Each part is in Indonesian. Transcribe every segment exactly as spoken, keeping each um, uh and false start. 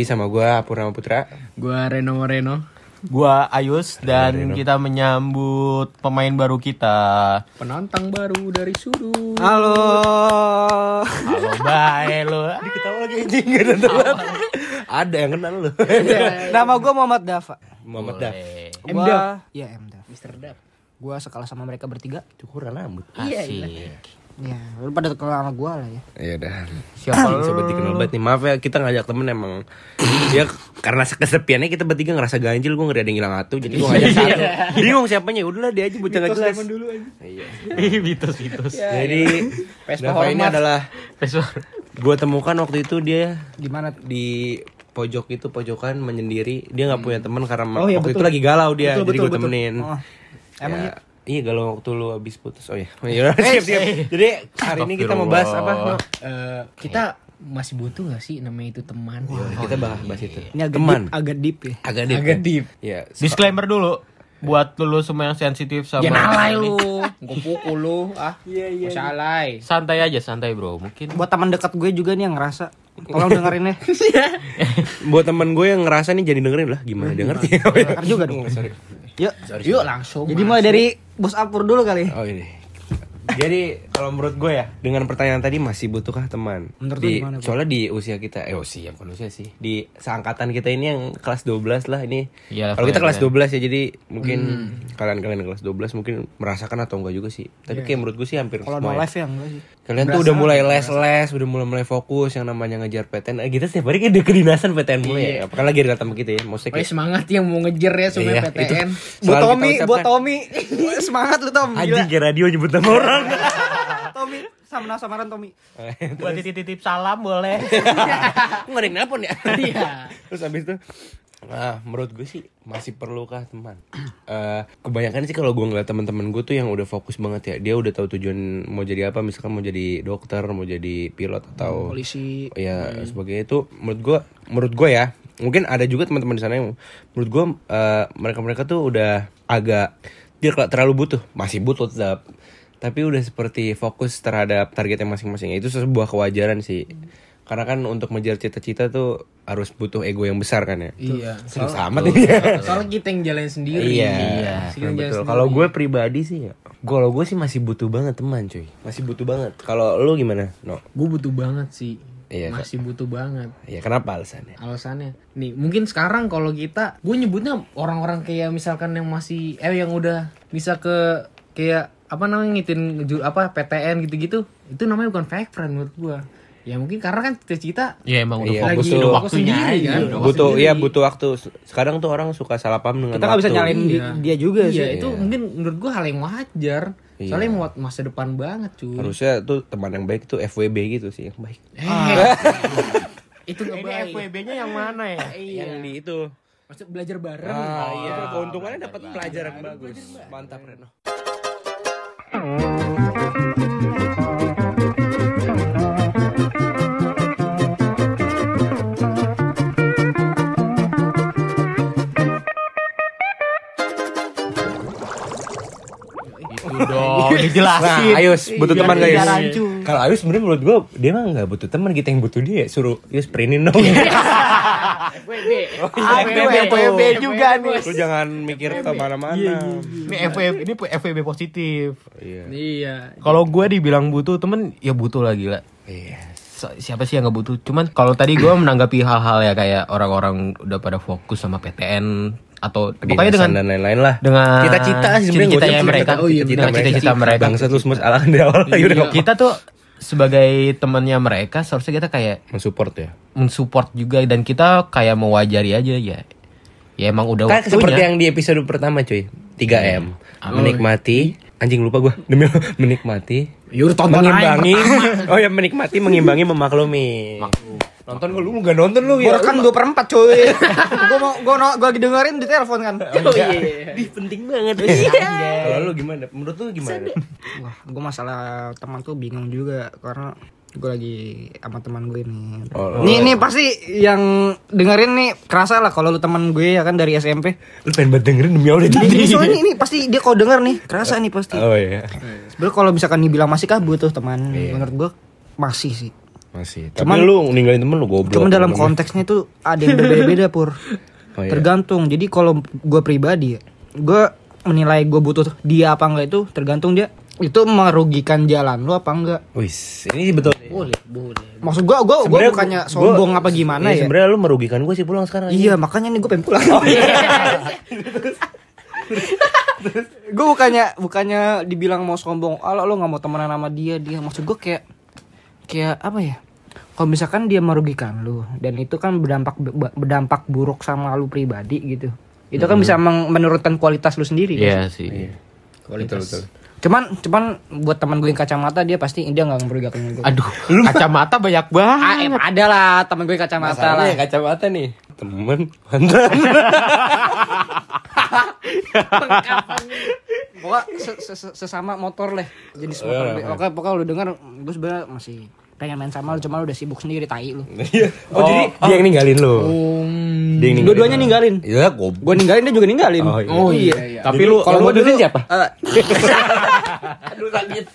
sama gua Purnama Putra. Gua Reno Moreno. Gua Ayus dan Reno. kita menyambut pemain baru kita. Penantang baru dari Sudut. Halo. Halo bye lo. Diketawa lagi anjing enggak ada telat. Ada yang kenal lu. Nama gue Muhammad Dava. Muhammad Daf. Gua, ya M Dava. Mister Dap. Gua sekolah sama mereka bertiga. Cukuran rambut. Asik. Ya, lu pada kenal sama gua lah ya. Iya dah. Siapa lu? Sobat dikenal banget nih. Maaf ya kita ngajak temen emang ya karena kesepiannya kita bertiga ngerasa ganjil. Gue ngeri ada yang hilang atu. Jadi gue ngajak satu. Bingung siapanya. Udahlah dia aja bocah gak jelas. dulu aja. Iya. Mitos-mitos. Jadi Vespa Dava ini hormat. adalah Pesor. gue temukan waktu itu dia Di mana? di pojok itu pojokan menyendiri. Dia nggak punya teman karena Oh, iya, waktu betul. itu lagi galau dia. Betul, jadi betul, gue betul. temenin. Oh, emang Ya, ya? iya galau waktu lu habis putus. Oh iya. Oh, iya. siap, siap. Jadi hari ini kita mau bahas apa? No? Eh, kita masih butuh gak sih namanya itu teman? Kita bahas bahas itu. Ini agak Teman. deep, agak deep ya. Agak deep. Agak ya? deep. Iya. Disclaimer dulu buat lu semua yang sensitif sama. Ya alay lu. Gue pukul lu. Ah, iya iya. Masih alay. Santai aja, santai bro. Mungkin Buat teman dekat gue juga nih yang ngerasa. Tolong dengerin ya. Buat temen gue yang ngerasa nih jadi dengerin lah gimana dia ngerti. Dengar juga dong. Sorry. Yuk. Yuk langsung. Jadi mulai dari Bos Apur dulu kali. Oh ini. Jadi kalau menurut gue ya dengan pertanyaan tadi masih butuhkah teman? Menurut lu Di, gimana, Bro? soalnya di usia kita, eh usia bukan usia sih. Di seangkatan kita ini yang kelas dua belas lah ini. Iya, Kalau kita kelas levelnya dua belas ya jadi mungkin kalian-kalian yang kelas dua belas mungkin merasakan atau enggak juga sih. Tapi kayak menurut gue sih hampir Kalau no semua. ya. live ya enggak sih. Kalian tuh udah mulai les-les, udah mulai mulai fokus yang namanya ngejar P T N. Eh, kita setiap hari kayak di kedinasan P T N mulai ya. Apakah lagi datang kita ya? Maksudnya Pokoknya kayak semangat yang mau ngejar ya semua Iya, P T itu. N. Buat Selalu Tommy, kita buat ucapkan. Tommy. Semangat lu Tom. Gila. anjing kayak radio nyebut nama orang. Tommy sama samaran Tommy. buat titip-titip salam boleh. Kok gak ada yang nelpon ya? Iya. Terus abis itu Nah, menurut gue sih masih perlukah teman? Eh, kebanyakan sih kalau gue ngeliat teman-teman gue tuh yang udah fokus banget ya, dia udah tahu tujuan mau jadi apa, misalkan mau jadi dokter, mau jadi pilot atau Polisi. ya sebagainya itu. Menurut gue, menurut gue ya, mungkin ada juga teman-teman di sana yang menurut gue eh, mereka-mereka tuh udah agak dia terlalu butuh, masih butuh tetap, tapi udah seperti fokus terhadap targetnya masing-masing. Itu sebuah kewajaran sih. Karena kan untuk mengejar cita-cita tuh harus butuh ego yang besar kan ya. Iya. Serius amat ini. Soalnya kita yang jalan sendiri. Iya, Kita yang nah, jalan betul. sendiri. Kalau gue pribadi sih, ya, kalau gue sih masih butuh banget teman, cuy. Masih butuh banget. Kalau lu gimana? No. Gue butuh banget sih. Iya, Masih butuh banget. Ya kenapa alasannya? Alasannya nih mungkin sekarang kalau kita gue nyebutnya orang-orang kayak misalkan yang masih eh yang udah bisa ke kayak apa namanya ngitin ju- apa P T N gitu-gitu itu namanya bukan fake friend menurut gue ya mungkin karena kan cita-cita Ya emang udah Iya, fokus butuh- udah fokus waktunya sendiri, aja. kan? Udah Butuh, sendiri. ya butuh waktu. Sekarang tuh orang suka salah paham dengan Kita nggak bisa waktu. nyalain di- Iya. dia juga sih. iya itu mungkin menurut gue hal yang wajar Iya. soalnya buat masa depan banget cuy Harusnya tuh teman yang baik tuh F W B gitu sih yang baik. eh, itu nggak Ini baik F W B-nya yang mana ya? iya Yang di itu. maksud belajar bareng Ah, iya. iya. Keuntungannya dapat pelajaran bagus. Mantap Reno. Itu dong, dijelasin. Nah, Ayus butuh Biar teman dia guys. rancu. Kalau Ayus sebenarnya menurut gue dia mah nggak butuh teman, kita yang butuh dia. Suruh Ayus printin dong. F W B Ah, F W B F W B tuh. juga nih. Lu jangan mikir kemana-mana. Ini F W B ini F W B positif. Iya. iya Kalau gue dibilang butuh temen, ya butuh lah gila. Iya. So, siapa sih yang nggak butuh? Cuman kalau tadi gue menanggapi hal-hal ya kayak orang-orang udah pada fokus sama P T N atau pokoknya dengan dan lain-lain lah. dengan Cita-cita sih sebenarnya cita-citanya gua cita- mereka, oh iya, cita-cita benar. cita-cita mereka. Bangsa terus mas alakan dari awal lagi udah Kita tuh sebagai temannya mereka seharusnya kita kayak mensupport ya. mensupport juga dan kita kayak mewajari aja ya. Ya emang udah Kan waktunya. seperti yang di episode pertama cuy, tiga M. Menikmati, anjing lupa gue. Demi menikmati, yur tonton mengimbangi. Oh ya menikmati, mengimbangi, memaklumi. Nonton gue lu gak nonton lu Gue ya. rekam dua per empat cuy. Gue mau gue gue lagi dengerin di telepon kan. oh iya Di penting banget. Kalau lu gimana? Menurut lu gimana? Wah, gue masalah teman tuh bingung juga karena gue lagi sama teman gue ini. Oh, Nih nih pasti yang dengerin nih kerasa lah kalau lu teman gue ya kan dari S M P. Lu pengen banget dengerin demi Allah Ini tadi. soalnya ini pasti dia kalau denger nih kerasa nih pasti. Oh iya. Sebenarnya kalau misalkan dibilang masih kah butuh teman, menurut gue masih sih. Masih. Cuman- Tapi lu ninggalin temen lu goblok. Cuma dalam Lu konteksnya itu ada yang berbeda-beda pur. Oh, iya. Tergantung. Jadi kalau gue pribadi, gue menilai gue butuh dia apa enggak itu tergantung dia itu merugikan jalan lu apa enggak. Wis, ini betul. Boleh, boleh. Maksud gue, gue gue Sebenarnya bukannya gua- sombong gua- apa gimana iya, ya. Sebenarnya lu merugikan gue sih pulang sekarang. Iya makanya nih gue pengen pulang. Gue bukannya bukannya dibilang mau sombong, ala lo nggak mau temenan sama dia dia. Maksud gue kayak kayak apa ya? Kalau misalkan dia merugikan lu dan itu kan berdampak berdampak buruk sama lu pribadi gitu. Itu kan bisa meng- menurunkan kualitas lu sendiri. Iya sih. Iya. Betul betul. Cuman cuman buat teman gue yang kacamata dia pasti dia nggak merugikan gue. Aduh, kacamata banyak Ah, banget. em, ada lah teman gue kacamata lah. Masalahnya kacamata nih. Temen mantan. Pokoknya se- se- se- sesama motor lah. Jenis Oh, motor. iya, Oke, pokoknya lu denger gue sebenarnya masih pengen main sama lu, cuma lu udah sibuk sendiri tai lu. Iya. Oh, jadi dia yang ninggalin lu. Dia yang Dua-duanya ninggalin. Iya, goblok. Gue ninggalin dia juga ninggalin. Oh, iya. Oh iya, iya. Tapi lu Kalau lu modelnya dulu- siapa? Eh, Aduh sakit.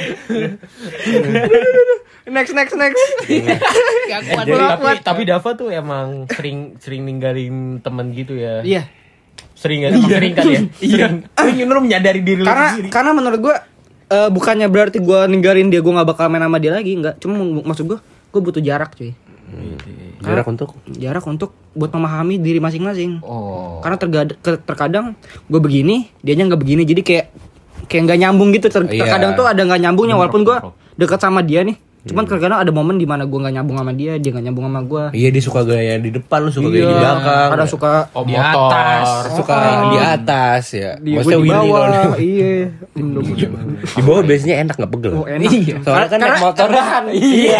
next next next. Gak kuat Jadi, gua tapi, kuat. tapi Dava tuh emang sering sering ninggalin teman gitu ya. Iya. Sering kan? Emang sering kan ya? Iya. Sering lu menyadari diri lu Karena sendiri. karena menurut gue eh, bukannya berarti gue ninggalin dia gue nggak bakal main sama dia lagi, nggak. Cuma m- maksud gue gue butuh jarak cuy. Jarak untuk Jarak untuk buat memahami diri masing-masing. Oh. Karena tergad- ke- terkadang gue begini, dianya nggak begini, jadi kayak kayak nggak nyambung gitu. Ter- Iya. Terkadang tuh ada nggak nyambungnya, walaupun gue Bentrok. dekat sama dia nih. Cuman terkadang ada momen di mana gue nggak nyambung sama dia, dia nggak nyambung sama gue. Iya, dia suka gaya di depan, lu suka gaya di belakang. Kadang suka Oh, Di motor. atas. suka di atas ya. di, Maksudnya gua di Willy bawah. kalau di- Iya. di bawah biasanya enak nggak pegel. Oh, enak. Iya. Soalnya kan naik Karena motor. rebahan. Iya.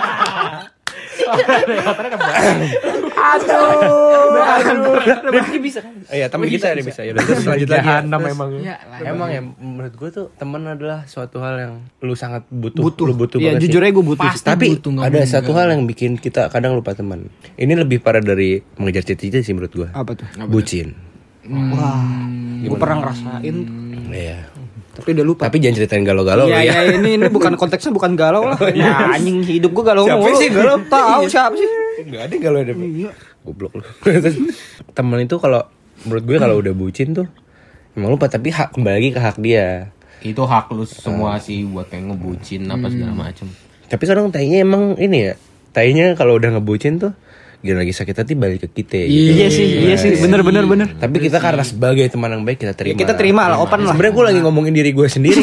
Rifki bisa kan? Iya, teman kita ada bisa. Ya udah, terus lanjut lagi. ya. Jahanam emang. Ya, lah. Emang ya menurut gue tuh teman adalah suatu hal yang lu sangat butuh, Butuh. lu butuh Iya, banget jujur sih. aja gue butuh. Pasti Tapi butuh, nggak ada mungkin satu nggak. hal yang bikin kita kadang lupa teman. Ini lebih parah dari mengejar cita-cita sih menurut gue. Apa tuh? Bucin. Wah, gue pernah ngerasain. Iya. Tapi udah lupa. Tapi jangan ceritain galau-galau Iya, ya. ya, ini ini bukan konteksnya bukan galau lah. Ya anjing hidup gue galau Siapa mulu. sih galau? Tahu Iya. siapa sih? Enggak ada galau ada. Iya. Goblok lu. Terus, temen itu kalau menurut gue kalau udah bucin tuh emang lupa, tapi hak kembali lagi ke hak dia. Itu hak lu semua sih buat pengen ngebucin apa segala macem. Tapi kadang tainya emang ini ya. Tainya kalau udah ngebucin tuh gila lagi sakit hati balik ke kita gitu. Iya sih, iya sih, bener bener bener. Tapi kita karena sebagai teman yang baik kita terima. Ya, kita terima lah, open lah. Sebenarnya gue lagi ngomongin diri gue sendiri.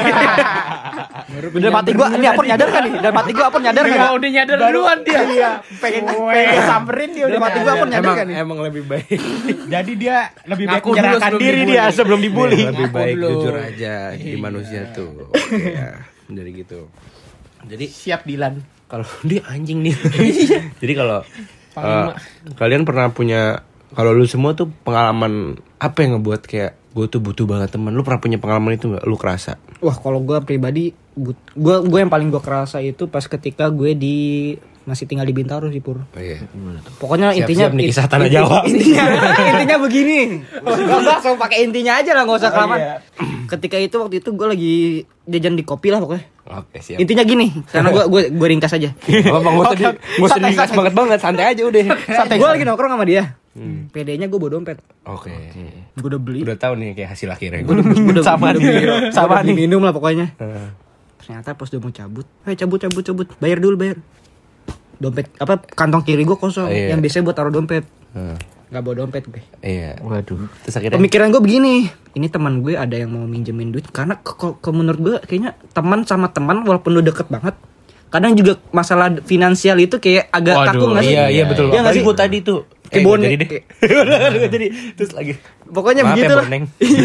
Udah mati gue, ini apa nyadar kan nih? Udah mati gue apa nyadar kan? Udah nyadar duluan dia. Iya, pengen pengen samperin dia Udah mati gue apa nyadar emang, kan nih? emang lebih baik. Jadi dia lebih baik Ngaku dulu menyerahkan sebelum diri dibully. dia sebelum dibully. Lebih Ngaku baik dulu. jujur aja di manusia tuh. Oke ya. Jadi gitu. Jadi Siap Dilan. kalau dia anjing nih. Jadi kalau Panglima. uh, kalian pernah punya, kalau lu semua tuh pengalaman apa yang ngebuat kayak gue tuh butuh banget teman. Lu pernah punya pengalaman itu nggak? Lu kerasa? Wah kalau gue pribadi, gue gue yang paling gue kerasa itu pas ketika gue di masih tinggal di Bintaro sih Pur. Oh, iya. Pokoknya Siap-siap intinya nih kisah tanah Jawa. Intinya intinya begini. Gak langsung pakai intinya aja lah, nggak usah kelamaan. Ketika itu waktu itu gue lagi jajan di kopi lah pokoknya. Oke siap. Intinya gini, karena gue gue gue ringkas aja. Apa nggak usah di, nggak usah diringkas banget banget, santai aja udah. Gue lagi nongkrong sama dia. P D-nya gue bawa dompet. Oke. Gue udah beli. Udah tahu nih kayak hasil akhirnya. Gue udah, gue udah, Sama udah nih. beli, Sama udah beli nih. minum lah pokoknya. Heeh. Ternyata pas udah mau cabut, eh cabut cabut cabut, bayar dulu bayar. Dompet apa kantong kiri gue kosong, Iya. yang biasanya buat taruh dompet. Heeh. Gak bawa dompet gue. Iya. Waduh. Terus akhirnya Pemikiran gue begini, ini teman gue ada yang mau minjemin duit karena ke, ke, ke menurut gue kayaknya teman sama teman walaupun lu deket banget, kadang juga masalah finansial itu kayak agak Waduh, kaku nggak sih? iya iya betul. Iya nggak Apalagi sih? gue tadi tuh Kayak nggak bonek. jadi deh. Nggak jadi. Terus lagi. Pokoknya Maaf ya, begitu lah. Boneng.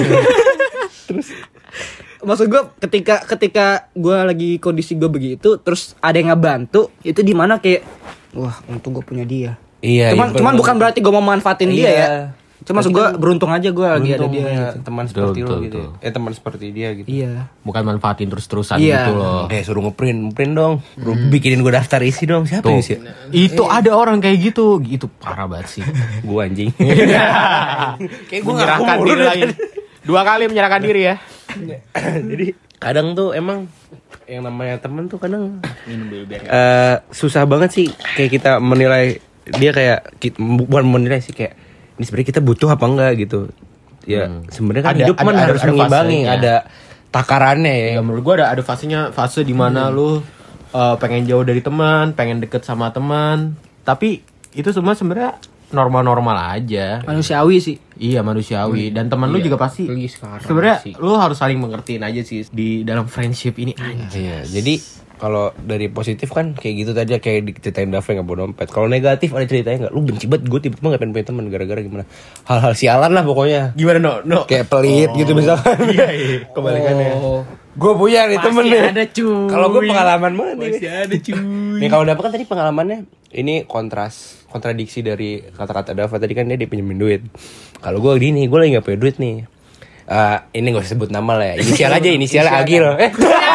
Maksud gue ketika ketika gue lagi kondisi gue begitu, terus ada yang ngebantu, itu di mana kayak wah untung gue punya dia. Iya. cuman iya, cuman bener. bukan berarti gue mau manfaatin dia Iya. ya. Cuma maksud gue beruntung aja gue lagi ada Untung dia. punya gitu. teman Betul, seperti lu betul, gitu. betul. Eh teman seperti dia gitu. Iya. Bukan manfaatin terus-terusan Iya. gitu loh. Eh suruh ngeprint, ngeprint dong. Suruh bikinin gue daftar isi dong. Siapa Tuh. yang isi? Itu ada orang kayak gitu. Itu parah banget sih. Gue anjing. Kayak gue Menyerahkan diri lagi. Dua kali menyerahkan diri ya. Jadi kadang tuh emang yang namanya temen tuh kadang uh, susah banget sih kayak kita menilai dia kayak ki- bukan menilai sih kayak ini sebenarnya kita butuh apa enggak gitu. Ya Hmm. sebenarnya kan Ada- hidup kan ada- harus ada mengimbangi, fasenya. ada takarannya ya. Ya menurut gue ada ada fasenya, fase di mana lu uh, pengen jauh dari teman, pengen deket sama teman, tapi itu semua sebenarnya normal-normal aja. Manusiawi sih. Iya manusiawi dan teman lu juga pasti Lagi sekarang sebenarnya sih. lu harus saling mengertiin aja sih di dalam friendship ini aja. Iya, jadi kalau dari positif kan kayak gitu tadi kayak diceritain Dave nggak bawa dompet. Kalau negatif ada ceritanya nggak? Lu benci banget gue tiba-tiba nggak pengen punya teman gara-gara gimana? Hal-hal sialan lah pokoknya. Gimana no? No. Kayak pelit gitu misalkan. Iya, iya. Kebalikannya. Oh. Gue punya nih temen Masih nih. ada cuy. Kalau gue pengalaman banget nih. Masih ada cuy. Nih kalau Dava kan tadi pengalamannya ini kontras kontradiksi dari kata-kata Dava tadi kan dia dipinjemin duit. Kalau gue gini, gue lagi nggak punya duit nih. Eh ini gak usah sebut nama lah ya. Inisial aja, inisialnya Agil. Eh.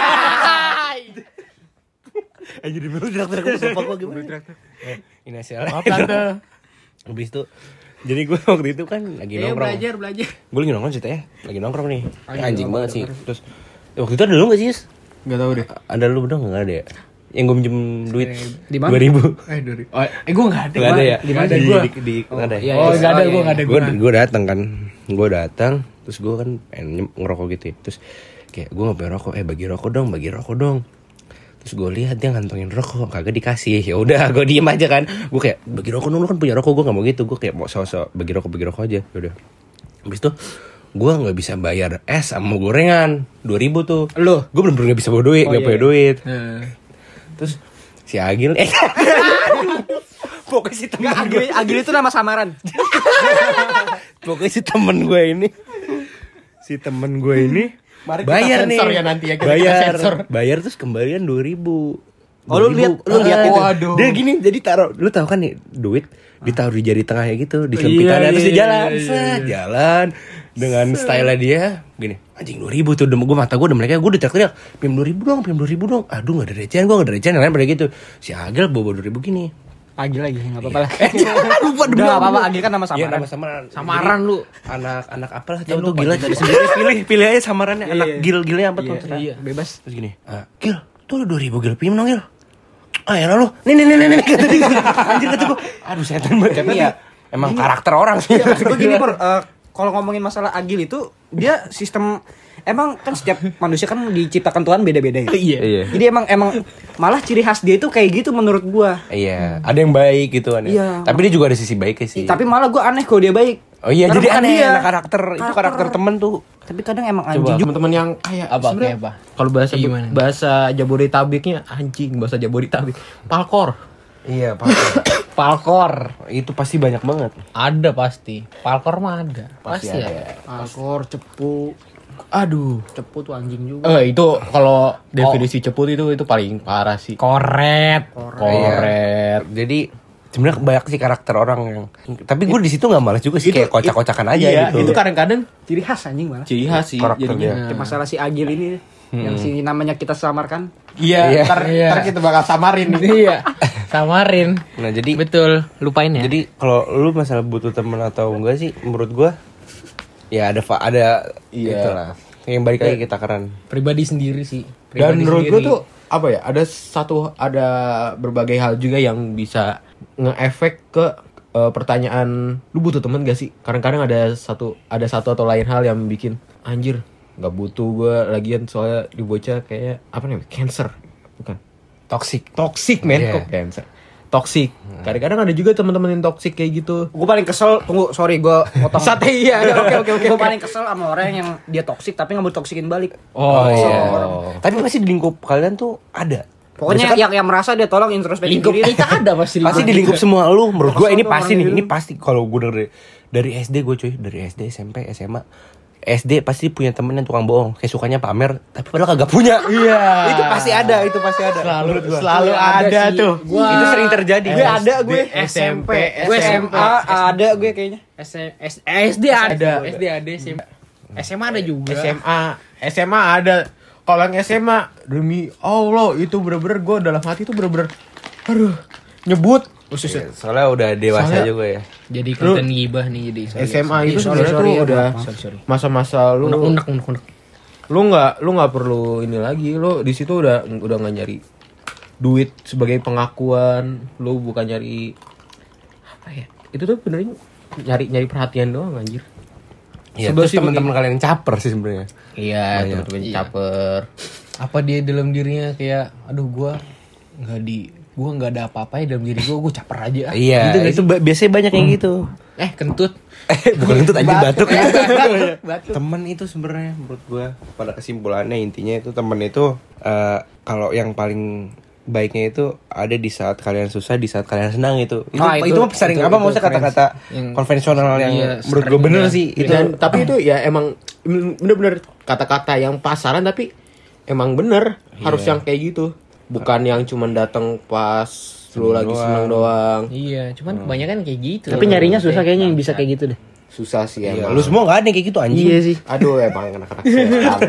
Aja di bawah teriak-teriak gue sumpah gue gimana. Eh, inisialnya. Maaf tante. Habis itu jadi gue waktu itu kan lagi Ayo nongkrong. belajar belajar. Gue lagi nongkrong ceritanya, lagi nongkrong nih. Ya, anjing banget sih. Terus ya, waktu itu ada lu gak sih? Yus? Gak tau deh. Ada lu berdua gak ada ya? Yang gue minjem duit Di mana? dua ribu. Eh dari. Oh, eh gue nggak ada. Gak ada ya? Di mana Di, gue? di, di, nggak ada ya? Iya, oh nggak ada gue nggak ada Gue gue. gue datang kan, gue datang, terus gue kan pengen ngerokok gitu ya. Terus kayak gue nggak punya rokok, eh bagi rokok dong, bagi rokok dong. Terus gue lihat dia ngantongin rokok, kagak dikasih. Ya udah, gue diem aja kan. Gue kayak bagi rokok dong, lu kan punya rokok, gue nggak mau gitu. Gue kayak mau sosok bagi rokok, bagi rokok aja. Ya udah. Habis itu gue nggak bisa bayar es sama gorengan dua ribu tuh. Lu? Gue bener-bener nggak bisa bawa duit, nggak iya, punya iya. duit. Nah. Terus si Agil, eh pokoknya si temen Agil, Agil itu nama samaran. Pokoknya si temen gue ini Si temen gue ini Mari kita bayar nih sensor ya nanti ya, kita Bayar sensor. Bayar terus kembalian dua ribu. Oh, lu lihat- lu lihat itu? Waduh. Dia gini jadi taruh. Lu tahu kan nih duit ditaruh di jari tengahnya gitu, di selempit Iya, ada terus iya, dia jalan, iya, set, iya. jalan dengan style dia gini. Anjing dua ribu tuh, gue mata gue udah mereka gue udah teriak-teriak, "Pinjam dua ribu dong, pinjam dua ribu dong." Aduh, enggak ada recehan, gue enggak ada recehan, yang lain pada gitu. Si Agil bawa dua ribu gini. Agil lagi, enggak apa-apa lah. Lupa Udah enggak apa-apa, Agil kan nama Iya, samaran. nama samaran. Samaran Jadi, lu. Anak anak apa lah tahu tuh gila jadi sendiri pilih pilih aja samarannya anak gil gilnya apa tuh terserah. iya. Bebas. Terus gini, ah, Gil, tuh dua ribu Gil, pinjam dong Gil. Ah ya lalu, nih nih nih nih nih kata dia. Anjir kata gue, aduh setan banget. Tapi ya emang karakter orang sih. Maksud gue gini, Pur, eh, kalau ngomongin masalah Agil itu dia sistem emang kan setiap manusia kan diciptakan Tuhan beda-beda ya. Iya. Iya. Jadi emang emang malah ciri khas dia itu kayak gitu menurut gua. Iya, ada yang baik gitu kan ya. Iya. Tapi dia juga ada sisi baiknya sih. Tapi malah gua aneh kalau dia baik. Oh iya, Karena jadi bukan aneh dia. nah, karakter, itu karakter temen tuh. Tapi kadang emang Coba anjing juga. teman-teman yang kayak Apa sebenarnya kayak apa? kalau bahasa Gimana? bahasa Jabodetabeknya anjing, bahasa Jabodetabek. Palkor. Iya, Pak. Palkor. Itu pasti banyak banget. Ada pasti. Palkor mah ada. Pasti Pasti, ada. ada. Alkor, cepu. Aduh. Cepu tuh anjing juga. Eh itu kalau definisi ceput itu itu paling parah sih. Koret. Koret. Iya. Jadi sebenarnya banyak sih karakter orang yang. Tapi gue di situ nggak malas juga sih, kayak kocak-kocakan aja Iya, gitu. itu kadang-kadang Ciri khas anjing malah. ciri khas sih Karakternya. jadinya. Kayak masalah si Agil ini yang si namanya kita samarkan. Iya, Iya. ntar, Iya. ntar kita bakal samarin. Iya. Samarin. Nah jadi Betul. Lupain ya. Jadi kalau lu masalah butuh temen atau enggak sih, menurut gua ya ada fa- ada Iya. itulah. Yang balik lagi kita keren. pribadi sendiri sih. Dan Pribadi menurut gue sendiri. tuh apa ya? Ada satu ada berbagai hal juga yang bisa nge-efek ke eh, pertanyaan lu butuh temen gak sih? Kadang-kadang ada satu ada satu atau lain hal yang bikin anjir nggak butuh gue lagian soalnya di bocah kayak apa namanya cancer bukan Toxic. toxic men Iya. kok cancer toxic kadang-kadang ada juga teman-teman yang toxic kayak gitu. Gue paling kesel, tunggu, sorry gue potong. Sate, iya, oke, oke, oke, Gue oke. paling kesel sama orang yang dia toksik tapi nggak mau toksikin balik. Oh, iya. iya. Tapi pasti di lingkup kalian tuh ada. Pokoknya Biasanya yang yang merasa dia tolong introspeksi lingkup diri. kita ada pasti. pasti di lingkup semua lu. Menurut gua Kesel ini tuh pasti orang nih, gitu. ini pasti kalau gua dari dari S D gue cuy, dari S D, S M P, S M A. S D pasti punya temen yang tukang bohong, kayak sukanya pamer, tapi padahal kagak punya. Iya. Itu pasti ada, itu pasti ada. Selalu Menurut gua. selalu Iya, ada, ada sih. tuh. Gua- Itu sering terjadi. Gue ada gue S M P, gue S S M M A ada gue kayaknya. S S SD ada. S D ada. S M A S M A ada juga. S M A, S M A ada. Kalau yang S M A demi Allah itu bener-bener gue dalam hati itu bener-bener aduh nyebut Iya, soalnya udah dewasa Soalnya- juga ya. Jadi konten gibah nih jadi. sorry, S M A sorry. itu sorry, sebenarnya sorry, tuh ya, udah maaf, sorry, sorry. masa-masa lu Unek-unek unek-unek. Lu nggak lu nggak perlu ini lagi. Lu di situ udah udah nggak nyari duit sebagai pengakuan. Lu bukan nyari apa ya? Itu tuh beneran nyari nyari perhatian doang anjir. Iya, Sebel terus sih teman-teman kalian yang caper sih sebenarnya. Iya, teman-teman caper. Apa dia dalam dirinya kayak aduh gua nggak di gua nggak ada apa-apa ya dalam diri gua, gua caper aja. ah. Iya, Gitu nggak itu ba- biasanya banyak yang gitu. Eh kentut. Eh, bukan itu anjing batuk. Batuk. Temen itu sebenarnya menurut gua pada kesimpulannya intinya itu temen itu eh, kalau yang paling baiknya itu ada di saat kalian susah, di saat kalian senang itu. Itu Ah, itu, itu- mah sering itu- apa itu maksudnya keren kata-kata Yang- konvensional yang iya, menurut sering gua bener ya. sih itu. Dan tapi itu ya emang bener-bener kata-kata yang pasaran tapi emang bener harus yang kayak gitu. Bukan yang cuman datang pas lu lagi seneng doang. Iya, cuman kebanyakan kayak gitu. Tapi nyarinya susah kayaknya yang bisa kayak gitu deh. Susah sih Iya, emang. lu semua enggak ada yang kayak gitu anjing. Iya sih. Aduh emang anak-anak setan.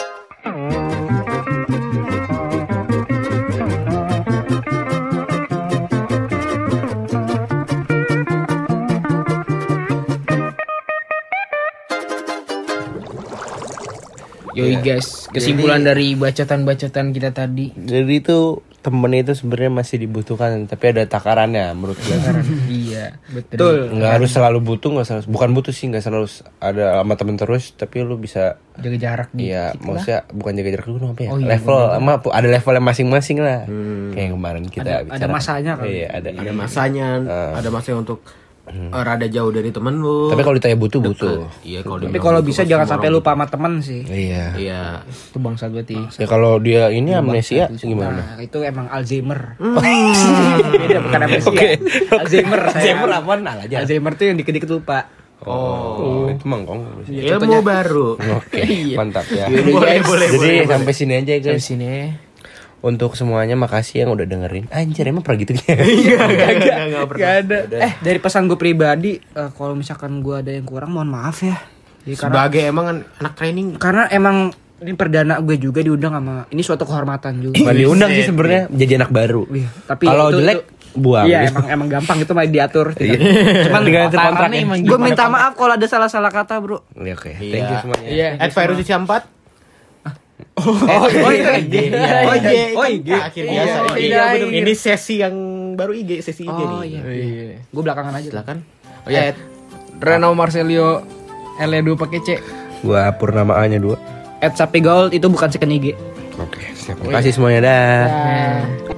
Yoi guys, kesimpulan dari bacotan-bacotan kita tadi. Jadi itu temen itu sebenarnya masih dibutuhkan, tapi ada takarannya menurut gue. Iya, betul. Nggak harus selalu butuh, nggak selalu, bukan butuh sih, nggak selalu ada sama temen terus, tapi lu bisa, Jaga jarak di iya, situ lah. maksudnya bukan jaga jarak dulu apa ya? Oh iya, level, sama ada levelnya masing-masing lah. Hmm. Kayak yang kemarin kita Ada- bicara. ada masanya kali. Iya, ada. Ada masanya, ada masanya untuk eh, rada jauh dari temen lu. Tapi kalau ditanya butuh, butuh. Iya kalau Tapi kalau bisa jangan sampai lupa sama temen sih. Iya. Iya. Itu bangsat berarti. Ya kalau dia ini amnesia gimana? Nah, itu emang Alzheimer. Hmm. Beda bukan amnesia. Oke. Alzheimer. saya. Alzheimer apaan? Nah, aja. Alzheimer tuh yang dikit-dikit lupa. Oh, itu mangkong. Ilmu baru. Oke, mantap ya. Boleh, boleh, Jadi boleh, sampai sini aja Dari guys. sini. Untuk semuanya makasih yang udah dengerin. Anjir emang pernah gitu. Iya, enggak pernah. Gak ada. Eh dari pesan gue pribadi, eh, kalau misalkan gue ada yang kurang, mohon maaf ya. Jadi karena Sebagai emang an- anak training. karena emang ini perdana gue juga diundang sama ini suatu kehormatan juga. Bukan diundang sih sebenarnya jadi anak baru. Iya, tapi Kalau itu- jelek itu- buang. Iya emang emang gampang itu mah diatur. Iya. Cuman Tinggal itu kontraknya. emang gue minta maaf kalau ada salah-salah kata bro. Iya, oke. Thank you semuanya. Iya. At Virus empat. Oh, iya. I G. Oh, I G. Oh, I G. Akhir biasa. Oh, Iya, iya, bener. iya. Ini sesi yang baru I G, sesi I G Oh nih. iya. Iya. Gue belakangan aja. Silakan. Oh ya, Reno Marcelio L dua pakai C. Gua Purnama A-nya dua. At Sapi Gold itu bukan second I G. Oke, siap. Terima kasih semuanya dah. Nah.